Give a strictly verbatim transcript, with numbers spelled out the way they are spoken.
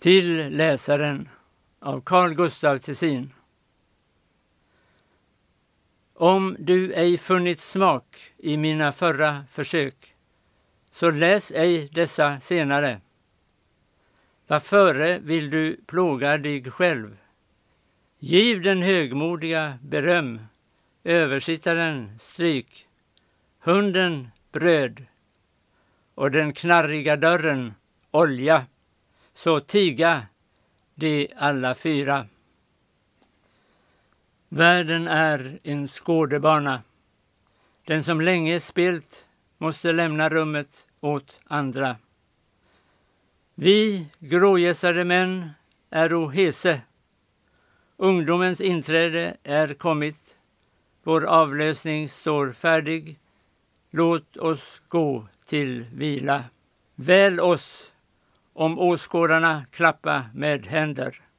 Till läsaren av Carl Gustaf Tessin. Om du ej funnit smak i mina förra försök, så läs ej dessa senare. Vad före vill du plåga dig själv? Giv den högmodiga beröm, översittaren stryk, hunden bröd och den knarriga dörren olja, så tiga de alla fyra. Världen är en skådebana. Den som länge spelat måste lämna rummet åt andra. Vi grågässade män är hese. Ungdomens inträde är kommit. Vår avlösning står färdig. Låt oss gå till vila. Väl oss om åskådarna klappa med händer.